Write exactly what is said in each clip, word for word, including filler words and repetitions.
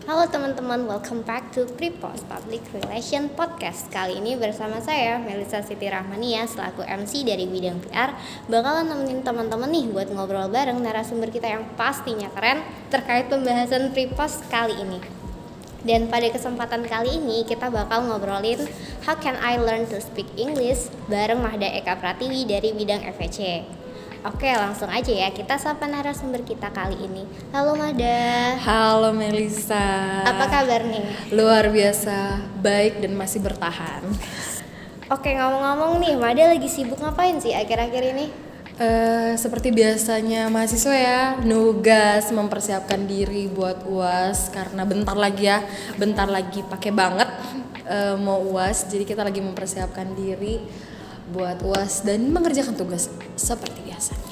Halo teman-teman, welcome back to Prepost Public Relation Podcast. Kali ini bersama saya, Melisa Siti Rahmania, selaku M C dari bidang P R, bakalan nemenin teman-teman nih buat ngobrol bareng narasumber kita yang pastinya keren terkait pembahasan Prepost kali ini. Dan pada kesempatan kali ini kita bakal ngobrolin How Can I Learn to Speak English bareng Mahda Eka Pratiwi dari bidang F E C. Oke, langsung aja ya kita sapa narasumber kita kali ini. Halo Mahda. Halo Melisa. Apa kabar nih? Luar biasa, baik dan masih bertahan. Oke, ngomong-ngomong nih, Mahda lagi sibuk ngapain sih akhir-akhir ini? Uh, seperti biasanya mahasiswa ya, nugas mempersiapkan diri buat U A S karena bentar lagi ya, bentar lagi pakai banget uh, mau U A S. Jadi kita lagi mempersiapkan diri buat U A S dan mengerjakan tugas seperti biasanya.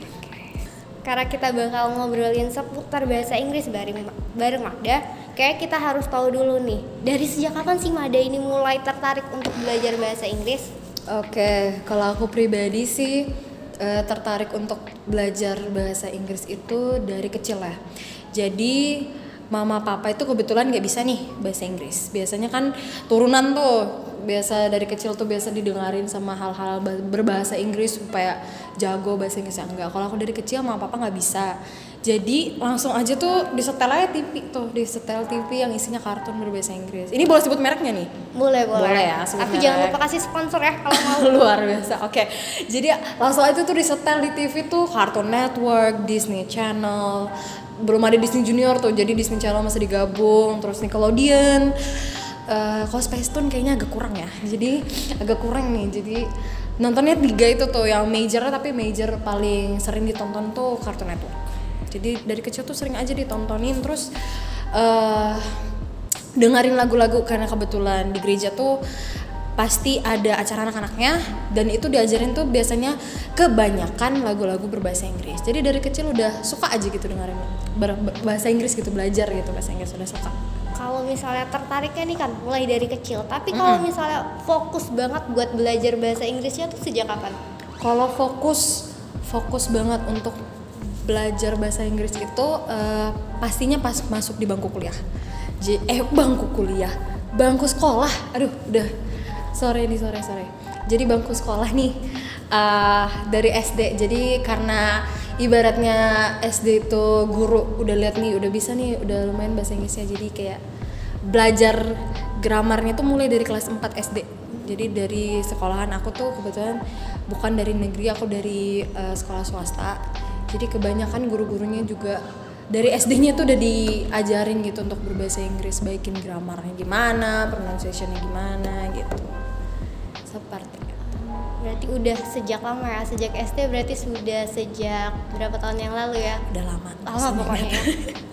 Karena kita bakal ngobrolin seputar bahasa Inggris bareng bareng Mahda, kayak kita harus tahu dulu nih, dari sejak kapan sih Mahda ini mulai tertarik untuk belajar bahasa Inggris? Oke, kalau aku pribadi sih uh, tertarik untuk belajar bahasa Inggris itu dari kecil ya. Jadi mama papa itu kebetulan nggak bisa nih bahasa Inggris. Biasanya kan turunan tuh, biasa dari kecil tuh biasa didengarin sama hal-hal berbahasa Inggris supaya jago bahasa Inggrisnya. Enggak, kalau aku dari kecil mama papa nggak bisa. Jadi langsung aja tuh disetel aja T V tuh, disetel T V yang isinya kartun berbahasa Inggris. Ini boleh sebut mereknya nih? Boleh, boleh. Boleh ya, sebut tapi merek. Jangan lupa kasih sponsor ya kalau mau. Luar biasa. Oke. Jadi langsung aja tuh disetel di T V tuh Cartoon Network, Disney Channel. Belum ada Disney Junior tuh, jadi Disney Channel masih digabung, terus Nickelodeon. Uh, kalau Space Tune kayaknya agak kurang ya, jadi agak kurang nih. Jadi nontonnya tiga itu tuh, yang major tapi major paling sering ditonton tuh Cartoon Network. Jadi dari kecil tuh sering aja ditontonin, terus uh, dengerin lagu-lagu karena kebetulan di gereja tuh pasti ada acara anak-anaknya dan itu diajarin tuh biasanya kebanyakan lagu-lagu berbahasa Inggris. Jadi dari kecil udah suka aja gitu dengerin ber- bahasa Inggris gitu, belajar gitu bahasa Inggris, udah suka. Kalau misalnya tertariknya nih kan mulai dari kecil, tapi kalau mm-hmm. misalnya fokus banget buat belajar bahasa Inggrisnya tuh sejak kapan? Kalau fokus fokus banget untuk belajar bahasa Inggris itu uh, pastinya pas masuk di bangku kuliah. J- eh bangku kuliah, bangku sekolah. Aduh, udah sore nih sore sore. Jadi bangku sekolah nih uh, dari S D. Jadi karena ibaratnya S D itu guru udah lihat nih, udah bisa nih, udah lumayan bahasa Inggrisnya, jadi kayak belajar gramarnya tuh mulai dari kelas empat S D. Jadi dari sekolahan aku tuh kebetulan bukan dari negeri, aku dari uh, sekolah swasta. Jadi kebanyakan guru-gurunya juga dari S D-nya tuh udah diajarin gitu untuk berbahasa Inggris, baikin gramarnya gimana, pronunciation-nya gimana gitu. Seperti itu. Berarti udah sejak lama ya, sejak S D berarti sudah sejak berapa tahun yang lalu ya? Udah lama. Lama pokoknya ya.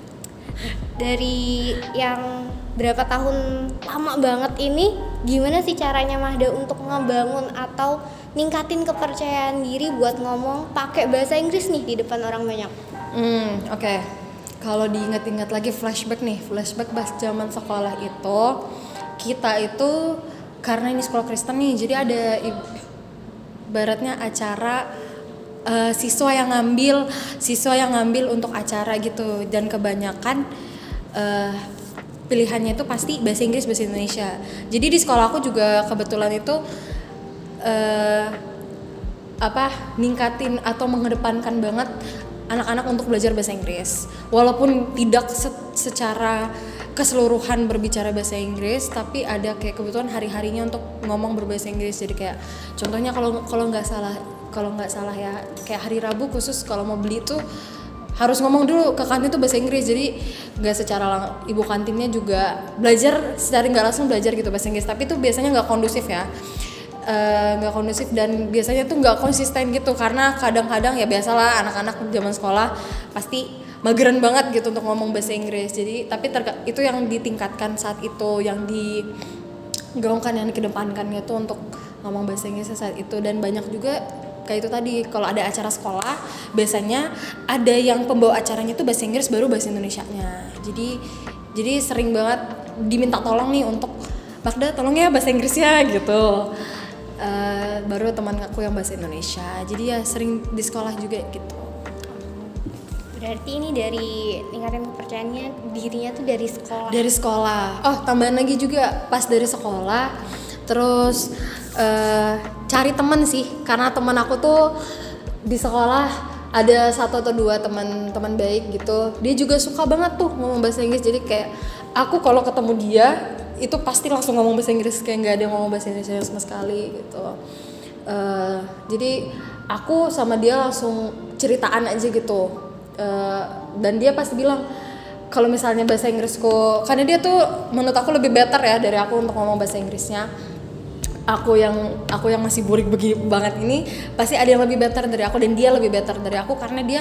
Dari yang berapa tahun lama banget ini, gimana sih caranya Mahda untuk ngebangun atau ningkatin kepercayaan diri buat ngomong pakai bahasa Inggris nih di depan orang banyak? Hmm, oke. Okay. Kalau diingat-ingat lagi flashback nih, flashback pas zaman sekolah itu, kita itu karena ini sekolah Kristen nih, jadi ada ibaratnya acara uh, siswa yang ngambil siswa yang ngambil untuk acara gitu, dan kebanyakan uh, pilihannya itu pasti bahasa Inggris, bahasa Indonesia. Jadi di sekolah aku juga kebetulan itu uh, apa ningkatin atau mengedepankan banget anak-anak untuk belajar bahasa Inggris, walaupun tidak se- secara keseluruhan berbicara bahasa Inggris, tapi ada kayak kebutuhan hari-harinya untuk ngomong berbahasa Inggris. Jadi kayak contohnya kalau kalau nggak salah kalau nggak salah ya, kayak hari Rabu khusus kalau mau beli tuh harus ngomong dulu ke kantin tuh bahasa Inggris. Jadi nggak secara lang- ibu kantinnya juga belajar secara nggak langsung belajar gitu bahasa Inggris, tapi itu biasanya nggak kondusif ya. Nggak uh, kondusif dan biasanya tuh nggak konsisten gitu, karena kadang-kadang ya biasalah anak-anak zaman sekolah pasti mageran banget gitu untuk ngomong bahasa Inggris. Jadi tapi terga- itu yang ditingkatkan saat itu, yang digaungkan, yang dikedepankannya tuh untuk ngomong bahasa Inggris saat itu. Dan banyak juga kayak itu tadi, kalau ada acara sekolah biasanya ada yang pembawa acaranya tuh bahasa Inggris baru bahasa Indonesianya. Jadi jadi sering banget diminta tolong nih untuk Magda tolong ya bahasa Inggrisnya gitu. Uh, baru teman aku yang bahasa Indonesia, jadi ya sering di sekolah juga gitu. Berarti ini dari ningkatin kepercayaannya dirinya tuh dari sekolah. Dari sekolah. Oh, tambahan lagi juga pas dari sekolah. Terus uh, cari temen sih, karena temen aku tuh di sekolah ada satu atau dua teman-teman baik gitu. Dia juga suka banget tuh ngomong bahasa Inggris. Jadi kayak aku kalau ketemu dia itu pasti langsung ngomong bahasa Inggris, kayak nggak ada ngomong bahasa Inggris sama sekali gitu. Uh, jadi aku sama dia langsung ceritaan aja gitu. Uh, dan dia pasti bilang kalau misalnya bahasa Inggrisku, karena dia tuh menurut aku lebih better ya dari aku untuk ngomong bahasa Inggrisnya. Aku yang aku yang masih burik begini banget ini pasti ada yang lebih better dari aku, dan dia lebih better dari aku karena dia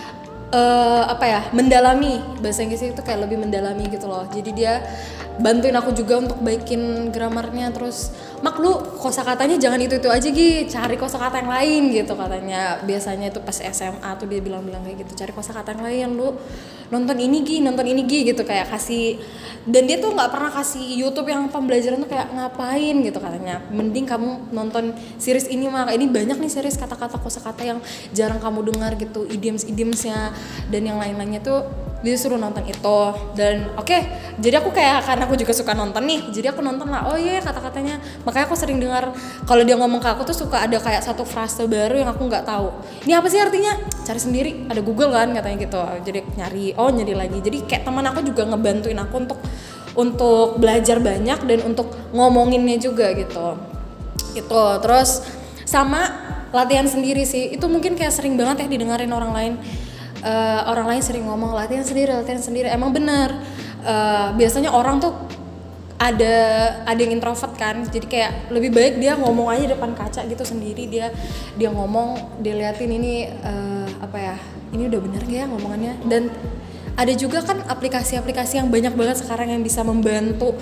uh, apa ya mendalami bahasa Inggris itu, kayak lebih mendalami gitu loh. Jadi dia bantuin aku juga untuk baikin gramarnya. Terus mak lu kosakatanya jangan itu itu aja Gi, cari kosakata yang lain gitu katanya. Biasanya itu pas S M A tuh dia bilang-bilang kayak gitu, cari kosakata yang lain, lu nonton ini Gi, nonton ini Gi gitu, kayak kasih. Dan dia tuh nggak pernah kasih YouTube yang pembelajaran tuh kayak ngapain gitu katanya, mending kamu nonton series ini mak, ini banyak nih series kata-kata kosakata yang jarang kamu dengar gitu, idioms-idiomsnya dan yang lain-lainnya tuh dia suruh nonton itu. Dan oke okay, jadi aku kayak karena aku juga suka nonton nih, jadi aku nonton lah, oh iya yeah, kata-katanya. Makanya aku sering dengar kalau dia ngomong ke aku tuh suka ada kayak satu frase baru yang aku nggak tahu ini apa sih artinya, cari sendiri, ada Google kan katanya gitu. Jadi nyari, oh nyari lagi. Jadi kayak teman aku juga ngebantuin aku untuk untuk belajar banyak dan untuk ngomonginnya juga gitu gitu. Terus sama latihan sendiri sih, itu mungkin kayak sering banget ya didengarin orang lain. Uh, orang lain sering ngomong latihan sendiri, latihan sendiri. Emang benar. Uh, biasanya orang tuh ada ada yang introvert kan, jadi kayak lebih baik dia ngomong aja depan kaca gitu sendiri. Dia dia ngomong, dia liatin ini uh, apa ya, ini udah benar gak ya ngomongannya. Dan ada juga kan aplikasi-aplikasi yang banyak banget sekarang yang bisa membantu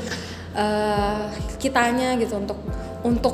uh, kitanya gitu untuk untuk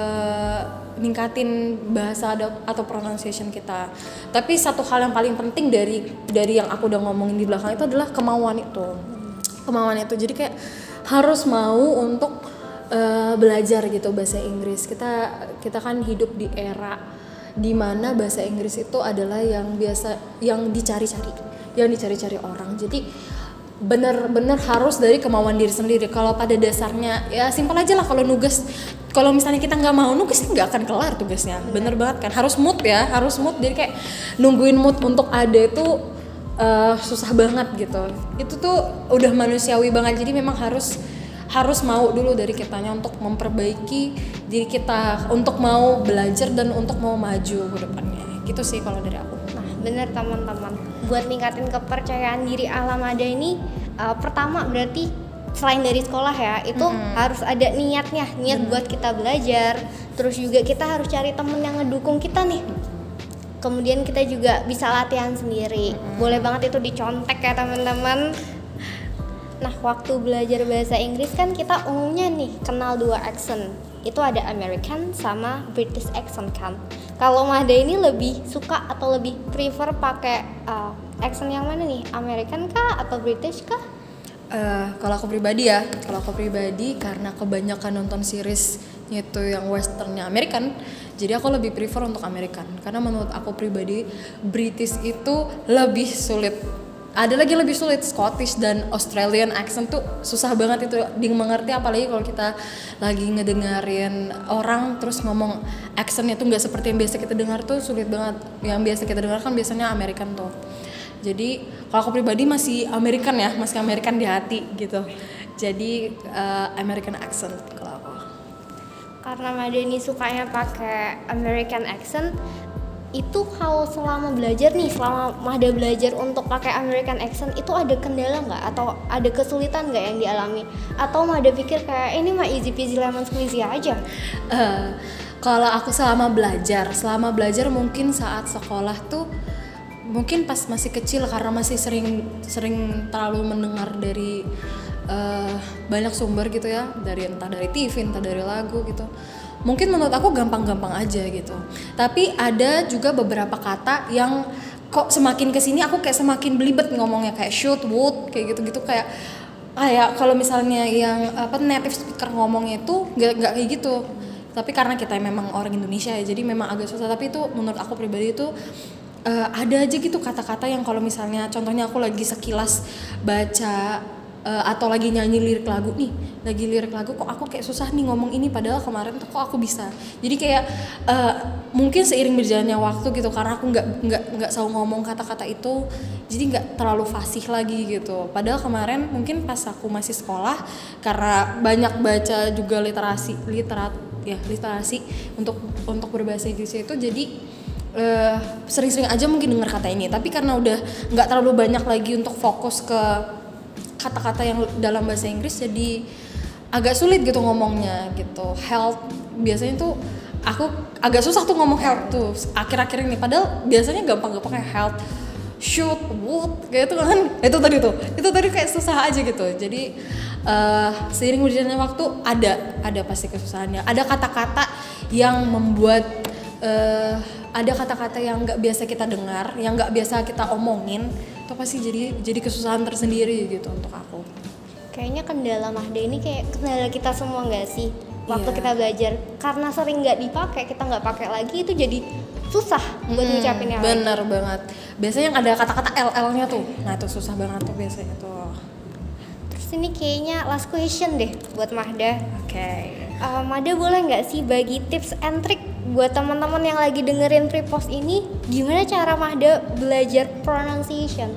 uh, ningkatin bahasa atau pronunciation kita. Tapi satu hal yang paling penting dari dari yang aku udah ngomongin di belakang itu adalah kemauan itu. Kemauan itu. Jadi kayak harus mau untuk uh, belajar gitu bahasa Inggris. Kita kita kan hidup di era di mana bahasa Inggris itu adalah yang biasa yang dicari-cari, yang dicari-cari orang. Jadi bener-bener harus dari kemauan diri sendiri. Kalau pada dasarnya ya simpel aja lah, kalau nugas, kalau misalnya kita nggak mau nugas nggak akan kelar tugasnya. Bener banget kan, harus mood ya, harus mood. Jadi kayak nungguin mood untuk ada itu uh, susah banget gitu. Itu tuh udah manusiawi banget. Jadi memang harus harus mau dulu dari kitanya untuk memperbaiki diri kita, untuk mau belajar dan untuk mau maju ke depannya. Gitu sih kalau dari aku. Bener teman-teman, buat ningkatin kepercayaan diri Alamada ini uh, pertama berarti selain dari sekolah ya, itu mm-hmm. harus ada niatnya, niat mm-hmm. buat kita belajar. Terus juga kita harus cari temen yang ngedukung kita nih. Kemudian kita juga bisa latihan sendiri. Mm-hmm. Boleh banget itu dicontek ya teman-teman. Nah, waktu belajar bahasa Inggris kan kita umumnya nih kenal dua accent. Itu ada American sama British accent kan. Kalau Mada ini lebih suka atau lebih prefer pakai uh, accent yang mana nih? American kah atau British kah? Uh, kalau aku pribadi ya, kalau aku pribadi karena kebanyakan nonton series itu yang westernnya American, jadi aku lebih prefer untuk American. Karena menurut aku pribadi British itu lebih sulit. Ada lagi lebih sulit, Scottish dan Australian accent tuh susah banget itu dimengerti, apalagi kalau kita lagi ngedengerin orang terus ngomong accentnya tuh nggak seperti yang biasa kita dengar, tuh sulit banget. Yang biasa kita dengar kan biasanya American tuh. Jadi kalau aku pribadi masih American ya, masih American di hati gitu. Jadi uh, American accent kalau aku. Karena Mada ini sukanya pakai American accent. Itu kalau selama belajar nih, selama Mada belajar untuk pakai American accent, itu ada kendala nggak atau ada kesulitan nggak yang dialami? Atau Mada pikir kayak ini mah easy peasy lemon squeezy aja? Uh, kalau aku selama belajar, selama belajar mungkin saat sekolah tuh, mungkin pas masih kecil karena masih sering sering terlalu mendengar dari uh, banyak sumber gitu ya, dari entah dari T V, entah dari lagu gitu. Mungkin menurut aku gampang-gampang aja gitu. Tapi ada juga beberapa kata yang kok semakin kesini aku kayak semakin belibet ngomongnya, kayak should, would, kayak gitu-gitu. Kayak kayak kalau misalnya yang apa native speaker ngomongnya itu nggak nggak kayak gitu. Tapi karena kita memang orang Indonesia ya, jadi memang agak susah. Tapi itu menurut aku pribadi itu uh, ada aja gitu kata-kata yang kalau misalnya contohnya aku lagi sekilas baca uh, atau lagi nyanyi lirik lagu nih, lagi lirik lagu kok aku kayak susah nih ngomong ini padahal kemarin tuh kok aku bisa. Jadi kayak uh, mungkin seiring berjalannya waktu gitu karena aku nggak nggak nggak selalu ngomong kata-kata itu, jadi nggak terlalu fasih lagi gitu. Padahal kemarin mungkin pas aku masih sekolah karena banyak baca juga literasi literat ya literasi untuk untuk berbahasa Inggris itu, jadi uh, sering-sering aja mungkin dengar kata ini. Tapi karena udah nggak terlalu banyak lagi untuk fokus ke kata-kata yang dalam bahasa Inggris, jadi agak sulit gitu ngomongnya gitu. Health biasanya tuh aku agak susah tuh ngomong health tuh akhir-akhir ini, padahal biasanya gampang-gampang kayak health, shoot, would kayak itu kan, itu tadi tuh itu tadi kayak susah aja gitu. Jadi uh, seiring berjalannya waktu ada ada pasti kesusahannya, ada kata-kata yang membuat uh, ada kata-kata yang nggak biasa kita dengar, yang nggak biasa kita omongin, itu pasti jadi jadi kesusahan tersendiri gitu untuk aku. Kayaknya kendala Mahda ini kayak kendala kita semua nggak sih? Waktu Iya. kita belajar, karena sering nggak dipakai, kita nggak pakai lagi, itu jadi susah buat Hmm, ngucapinnya. bener banget. Biasanya yang ada kata-kata L L-nya tuh, nah itu susah banget tuh biasanya tuh. Terus ini kayaknya last question deh buat Mahda. Oke. Okay. Uh, Mahda boleh nggak sih bagi tips and trick buat teman-teman yang lagi dengerin Prepost ini, gimana cara Mahda belajar pronunciation?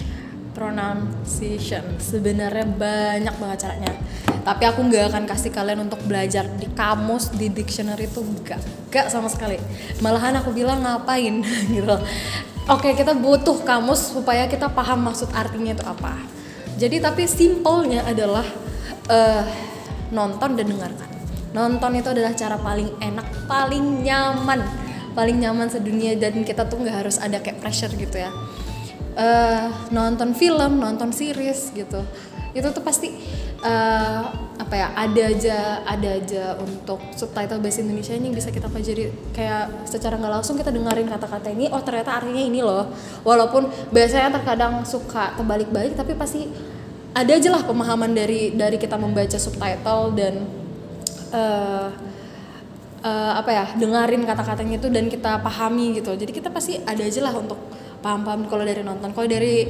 Pronunciation sebenarnya banyak banget caranya, tapi aku nggak akan kasih kalian untuk belajar di kamus, di dictionary itu nggak nggak sama sekali. Malahan aku bilang ngapain gitu. Oke, kita butuh kamus supaya kita paham maksud artinya itu apa. Jadi tapi simpelnya adalah uh, nonton dan dengarkan. Nonton itu adalah cara paling enak, paling nyaman, paling nyaman sedunia, dan kita tuh nggak harus ada kayak pressure gitu ya. Uh, nonton film, nonton series gitu, itu tuh pasti uh, apa ya, ada aja ada aja untuk subtitle bahasa Indonesia ini bisa kita pelajari kayak secara nggak langsung. Kita dengerin kata-kata ini, oh ternyata artinya ini loh, walaupun biasanya terkadang suka terbalik-balik, tapi pasti ada aja lah pemahaman dari dari kita membaca subtitle dan uh, uh, apa ya, dengerin kata-katanya itu dan kita pahami gitu. Jadi kita pasti ada aja lah untuk paham-paham kalau dari nonton. Kalau dari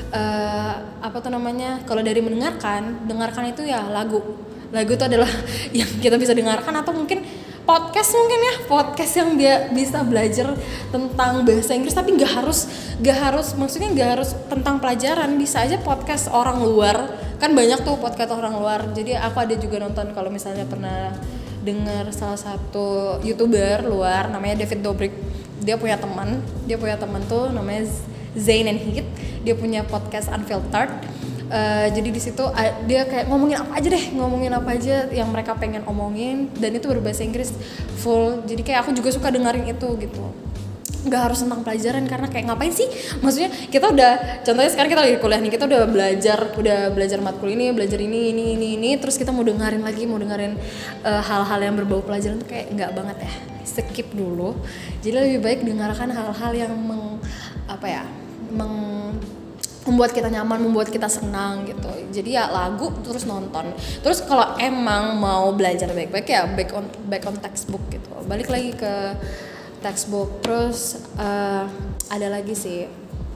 uh, apa tuh namanya, kalau dari mendengarkan, dengarkan itu ya lagu. Lagu itu adalah yang kita bisa dengarkan, atau mungkin podcast mungkin ya, podcast yang dia bisa belajar tentang bahasa Inggris, tapi nggak harus nggak harus maksudnya nggak harus tentang pelajaran, bisa aja podcast orang luar, kan banyak tuh podcast orang luar. Jadi aku ada juga nonton, kalau misalnya pernah dengar salah satu YouTuber luar namanya David Dobrik. Dia punya teman, dia punya teman tuh namanya Zain and Heath. Dia punya podcast Unfiltered. Uh, jadi di situ uh, dia kayak ngomongin apa aja deh, ngomongin apa aja yang mereka pengen omongin, dan itu berbahasa Inggris full. Jadi kayak aku juga suka dengerin itu gitu. Nggak harus tentang pelajaran, karena kayak ngapain sih? Maksudnya kita udah, contohnya sekarang kita lagi kuliah nih, kita udah belajar, udah belajar matkul ini, belajar ini, ini, ini, ini, terus kita mau dengerin lagi, mau dengerin uh, hal-hal yang berbau pelajaran tuh kayak nggak banget ya. Skip dulu. Jadi lebih baik dengarkan hal-hal yang meng, apa ya, meng, membuat kita nyaman, membuat kita senang gitu. Jadi ya lagu, terus nonton. Terus kalau emang mau belajar baik-baik ya back on back on textbook gitu. Balik lagi ke textbook. Terus uh, ada lagi sih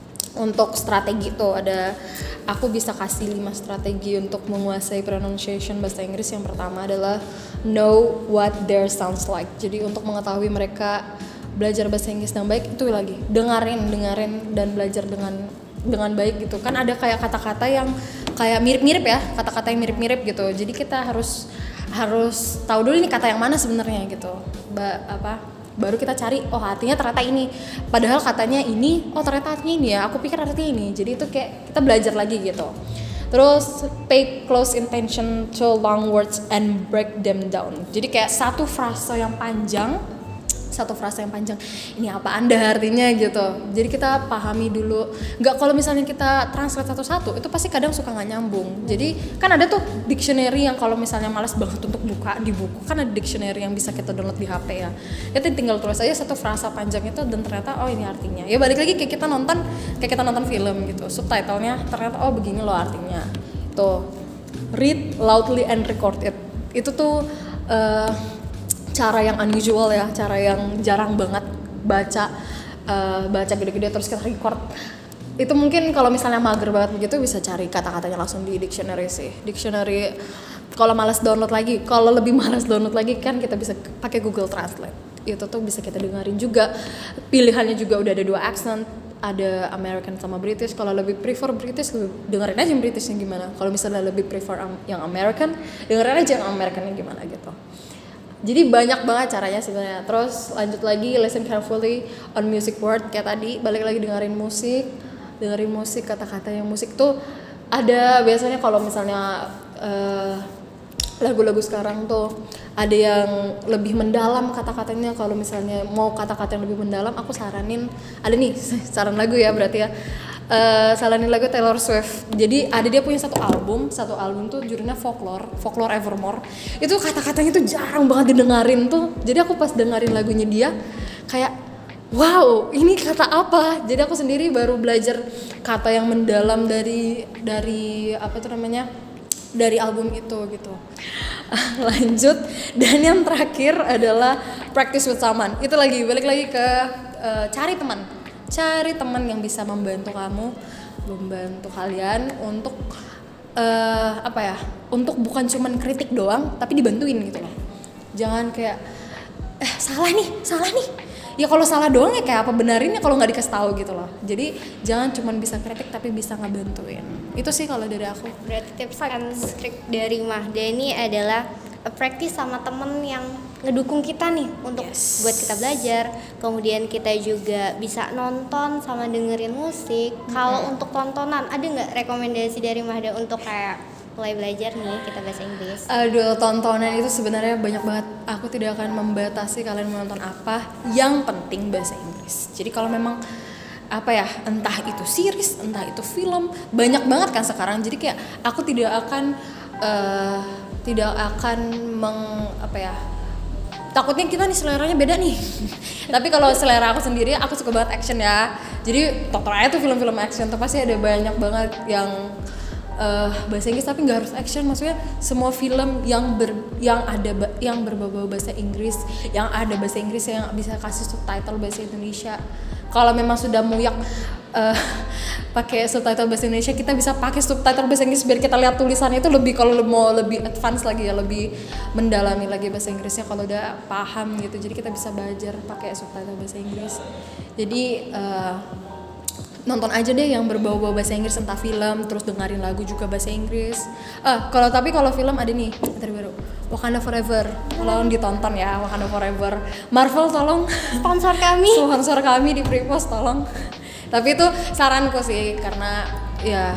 untuk strategi tuh, ada, aku bisa kasih lima strategi untuk menguasai pronunciation bahasa Inggris. Yang pertama adalah know what their sounds like. Jadi untuk mengetahui mereka belajar bahasa Inggris dengan baik, itu lagi dengerin, dengerin dan belajar dengan dengan baik gitu. Kan ada kayak kata-kata yang kayak mirip-mirip ya, kata-kata yang mirip-mirip gitu. Jadi kita harus harus tahu dulu ini kata yang mana sebenarnya gitu. Ba, apa baru kita cari, oh artinya ternyata ini, padahal katanya ini, oh ternyata artinya ini ya, aku pikir artinya ini. Jadi itu kayak kita belajar lagi gitu. Terus pay close attention to long words and break them down. Jadi kayak satu frase yang panjang, satu frase yang panjang, ini apa anda artinya gitu. Jadi kita pahami dulu. Nggak, kalau misalnya kita translate satu-satu, itu pasti kadang suka nggak nyambung. Jadi kan ada tuh dictionary yang kalau misalnya malas banget untuk buka di buku, kan ada dictionary yang bisa kita download di H P ya. Kita tinggal tulis aja satu frasa panjang itu, dan ternyata oh ini artinya. Ya balik lagi kayak kita nonton, kayak kita nonton film gitu. Subtitlenya ternyata oh begini loh artinya. Tuh, read loudly and record it. Itu tuh uh, cara yang unusual ya, cara yang jarang banget baca uh, baca gede-gede terus kita record. Itu mungkin kalau misalnya mager banget begitu bisa cari kata-katanya langsung di dictionary sih. Dictionary kalau malas download lagi, kalau lebih malas download lagi kan kita bisa pakai Google Translate. Itu tuh bisa kita dengerin juga. Pilihannya juga udah ada dua accent, ada American sama British. Kalau lebih prefer British, dengerin aja yang Britishnya gimana. Kalau misalnya lebih prefer yang American, dengerin aja yang Americannya gimana gitu. Jadi banyak banget caranya sebenarnya. Terus lanjut lagi, listen carefully on music word kayak tadi, balik lagi dengerin musik, dengerin musik, kata-kata yang musik tuh ada biasanya kalau misalnya uh, lagu-lagu sekarang tuh ada yang lebih mendalam kata-katanya. Kalau misalnya mau kata-kata yang lebih mendalam, aku saranin ada nih saran lagu ya berarti ya. Uh, saranin lagu Taylor Swift. Jadi ada dia punya satu album, satu album tuh judulnya Folklore, Folklore Evermore. Itu kata-katanya tuh jarang banget didengarin tuh. Jadi aku pas dengerin lagunya dia kayak wow, ini kata apa? Jadi aku sendiri baru belajar kata yang mendalam dari dari apa tuh namanya? Dari album itu gitu. Lanjut, dan yang terakhir adalah practice with someone. Itu lagi balik lagi ke uh, cari teman. Cari teman yang bisa membantu kamu, membantu kalian untuk uh, apa ya? Untuk bukan cuman kritik doang, tapi dibantuin gitu loh. Jangan kayak eh salah nih, salah nih. Ya kalau salah doang ya kayak apa benarinnya kalau nggak dikasih tahu gitu loh. Jadi jangan cuma bisa kritik tapi bisa ngebantuin. Itu sih kalau dari aku. Berarti tips and trick dari Mahda ini adalah practice sama temen yang ngedukung kita nih untuk yes. buat kita belajar. Kemudian kita juga bisa nonton sama dengerin musik. Mm-hmm. Kalau untuk tontonan ada nggak rekomendasi dari Mahda untuk kayak mulai belajar nih kita bahasa Inggris? Aduh, tontonan itu sebenarnya banyak banget. Aku tidak akan membatasi kalian menonton apa, yang penting bahasa Inggris. Jadi kalau memang apa ya, entah itu series, entah itu film, banyak banget kan sekarang. Jadi kayak aku tidak akan uh, tidak akan meng apa ya, takutnya kita nih seleranya beda nih. Tapi kalau selera aku sendiri, aku suka banget action ya. Jadi tonton aja tuh film-film action tuh pasti ada banyak banget yang Uh, bahasa Inggris tapi nggak harus action, maksudnya semua film yang ber, yang ada yang berbau-bau bahasa Inggris, yang ada bahasa Inggris yang bisa kasih subtitle bahasa Indonesia. Kalau memang sudah muyak uh, pakai subtitle bahasa Indonesia, kita bisa pakai subtitle bahasa Inggris biar kita lihat tulisannya itu lebih, kalau mau lebih advance lagi ya, lebih mendalami lagi bahasa Inggrisnya kalau udah paham gitu. Jadi kita bisa belajar pakai subtitle bahasa Inggris. Jadi uh, nonton aja deh yang berbau-bau bahasa Inggris, entah film, terus dengerin lagu juga bahasa Inggris. Ah, kalau tapi kalau film ada nih, dari baru Wakanda Forever. Tolong ditonton ya, Wakanda Forever. Marvel tolong sponsor kami. Sponsor kami di Prepost tolong. Tapi itu saranku sih, karena ya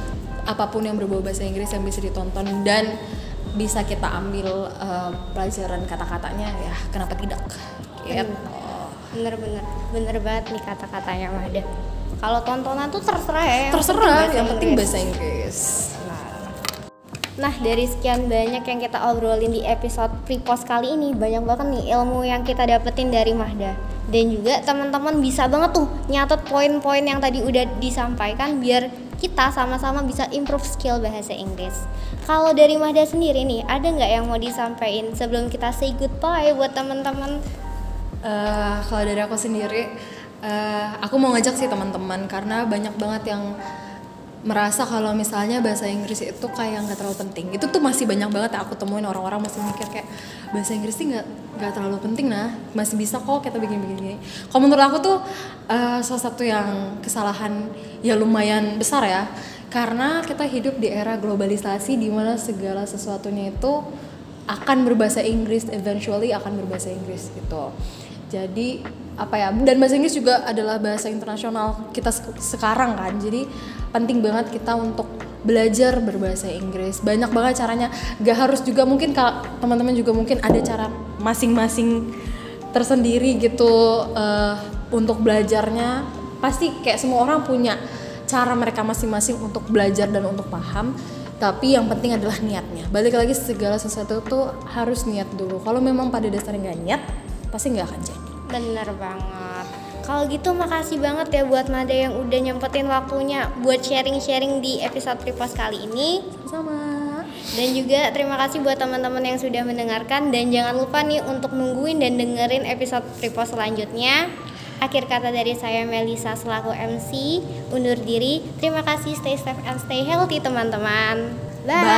apapun yang berbau bahasa Inggris yang bisa ditonton dan bisa kita ambil uh, pelajaran kata-katanya, ya kenapa tidak? Gitu. Bener-bener, bener banget nih kata-katanya Mahda. Kalau tontonan tuh terserah ya, yang terserah, penting yang penting bahasa Inggris. Nah, dari sekian banyak yang kita obrolin di episode Prepost kali ini, banyak banget nih ilmu yang kita dapetin dari Mahda. Dan juga teman-teman bisa banget tuh nyatet poin-poin yang tadi udah disampaikan biar kita sama-sama bisa improve skill bahasa Inggris. Kalau dari Mahda sendiri nih, ada nggak yang mau disampaikan sebelum kita say goodbye buat teman-teman? Uh, kalau dari aku sendiri, Uh, aku mau ngajak sih teman-teman, karena banyak banget yang merasa kalau misalnya bahasa Inggris itu kayak nggak terlalu penting. Itu tuh masih banyak banget ya aku temuin, orang-orang masih mikir kayak bahasa Inggris sih nggak nggak terlalu penting, nah masih bisa kok kita bikin-bikin. Kalau menurut aku tuh uh, salah satu yang kesalahan ya lumayan besar ya, karena kita hidup di era globalisasi di mana segala sesuatunya itu akan berbahasa Inggris, eventually akan berbahasa Inggris gitu. Jadi apa ya, dan bahasa Inggris juga adalah bahasa internasional kita sekarang kan, jadi penting banget kita untuk belajar berbahasa Inggris. Banyak banget caranya, gak harus juga, mungkin kalau teman-teman juga mungkin ada cara masing-masing tersendiri gitu uh, untuk belajarnya. Pasti kayak semua orang punya cara mereka masing-masing untuk belajar dan untuk paham, tapi yang penting adalah niatnya. Balik lagi, segala sesuatu tuh harus niat dulu. Kalau memang pada dasarnya gak niat, pasti nggak akan jadi. Bener banget. Kalau gitu makasih banget ya buat Mahda yang udah nyempetin waktunya buat sharing-sharing di episode Prepost kali ini. Sama. Dan juga terima kasih buat teman-teman yang sudah mendengarkan, dan jangan lupa nih untuk nungguin dan dengerin episode Prepost selanjutnya. Akhir kata dari saya Melisa selaku M C undur diri. Terima kasih, stay safe and stay healthy teman-teman. Bye.